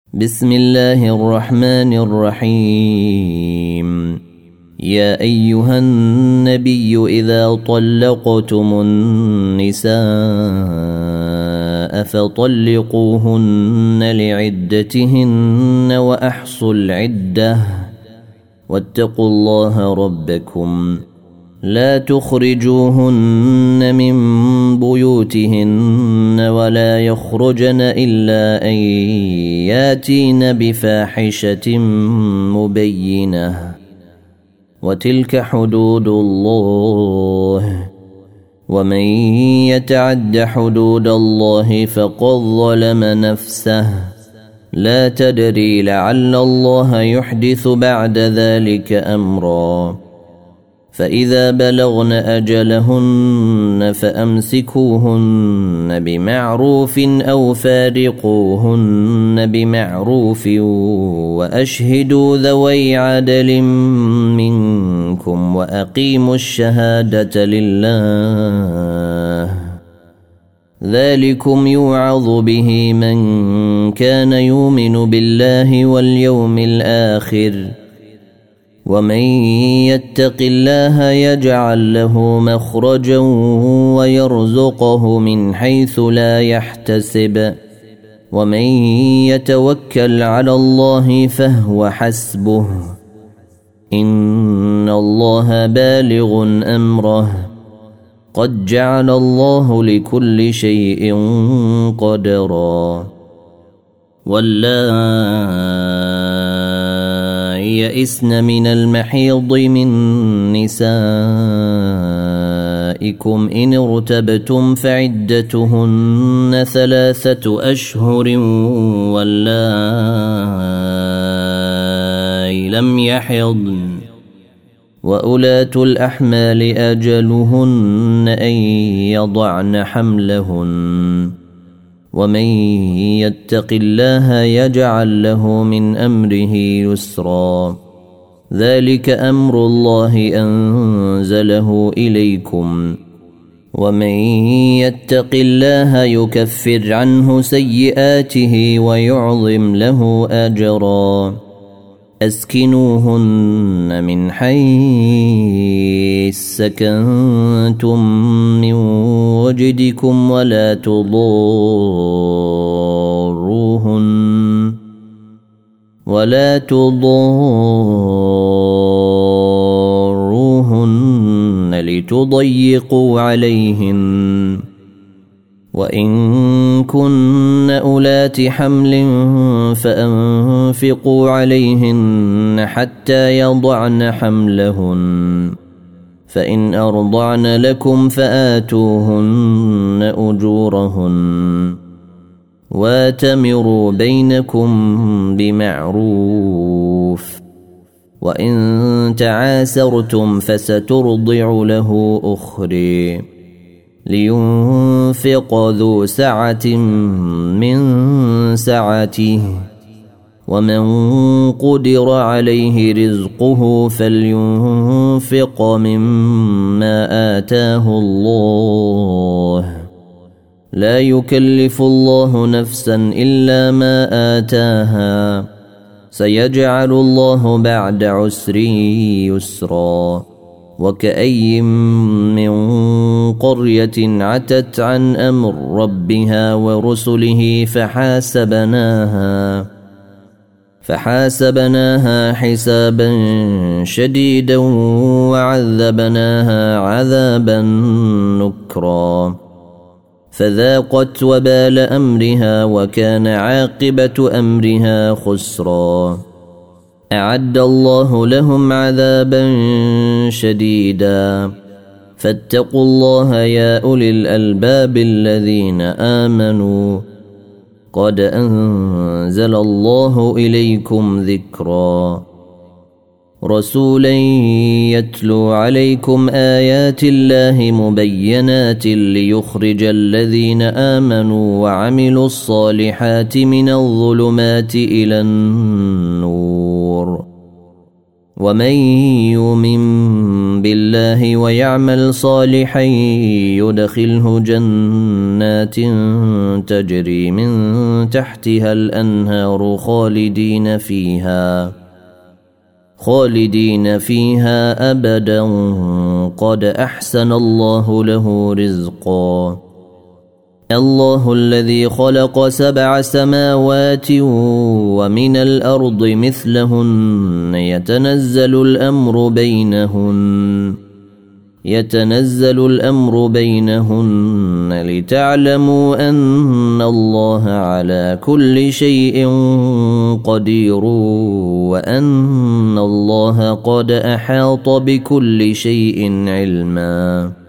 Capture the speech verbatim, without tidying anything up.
بسم الله الرحمن الرحيم. يا أيها النبي إذا طلقتم النساء فطلقوهن لعدتهن وأحصوا العدة واتقوا الله ربكم لا تخرجوهن من بيوتهن ولا يخرجن إلا أن ياتين بفاحشة مبينة وتلك حدود الله ومن يتعد حدود الله فقد ظلم نفسه لا تدري لعل الله يحدث بعد ذلك أمرا. فإذا بلغن أجلهن فأمسكوهن بمعروف أو فارقوهن بمعروف وأشهدوا ذوي عدل منكم وأقيموا الشهادة لله ذلكم يوعظ به من كان يؤمن بالله واليوم الآخر ومن يتق الله يجعل له مخرجا ويرزقه من حيث لا يحتسب ومن يتوكل على الله فهو حسبه إن الله بالغ أمره قد جعل الله لكل شيء قدرا. واللائي يئسن من المحيض من نسائكم إن ارتبتم فعدتهن ثلاثة أشهر واللائي لم يحضن وأولاة الأحمال أجلهن أن يضعن حملهن ومن يتق الله يجعل له من أمره يسرا ذلك أمر الله أنزله إليكم ومن يتق الله يكفر عنه سيئاته ويعظم له أجرا. أسكنوهن من حيث سكنتم من وجدكم ولا تضاروهن ولا تضاروهن لتضيقوا عليهن وإن كن أولات حمل فأنفقوا عليهن حتى يضعن حملهن فإن أرضعن لكم فآتوهن أجورهن واتمروا بينكم بمعروف وإن تعاسرتم فسترضع له أخرى لينفق ذو سعة من سعته ومن قدر عليه رزقه فلينفق مما آتاه الله لا يكلف الله نفسا إلا ما آتاها سيجعل الله بعد عسر يسرا. وكأي من قرية عتت عن أمر ربها ورسله فحاسبناها فحاسبناها حسابا شديدا وعذبناها عذابا نكرا فذاقت وبال أمرها وكان عاقبة أمرها خسرا. أعد الله لهم عذابا شديدا فاتقوا الله يا أولي الألباب الذين آمنوا قد أنزل الله إليكم ذكرا رسولا يتلو عليكم آيات الله مبينات ليخرج الذين آمنوا وعملوا الصالحات من الظلمات إلى النور ومن يؤمن بالله ويعمل صالحا يدخله جنات تجري من تحتها الأنهار خالدين فيها خالدين فيها أبدا قد أحسن الله له رزقا الله الذي خلق سبع سماوات ومن الأرض مثلهن يتنزل الأمر بينهن يتنزل الأمر بينهن لتعلموا أن الله على كل شيء قدير وأن الله قد أحاط بكل شيء علما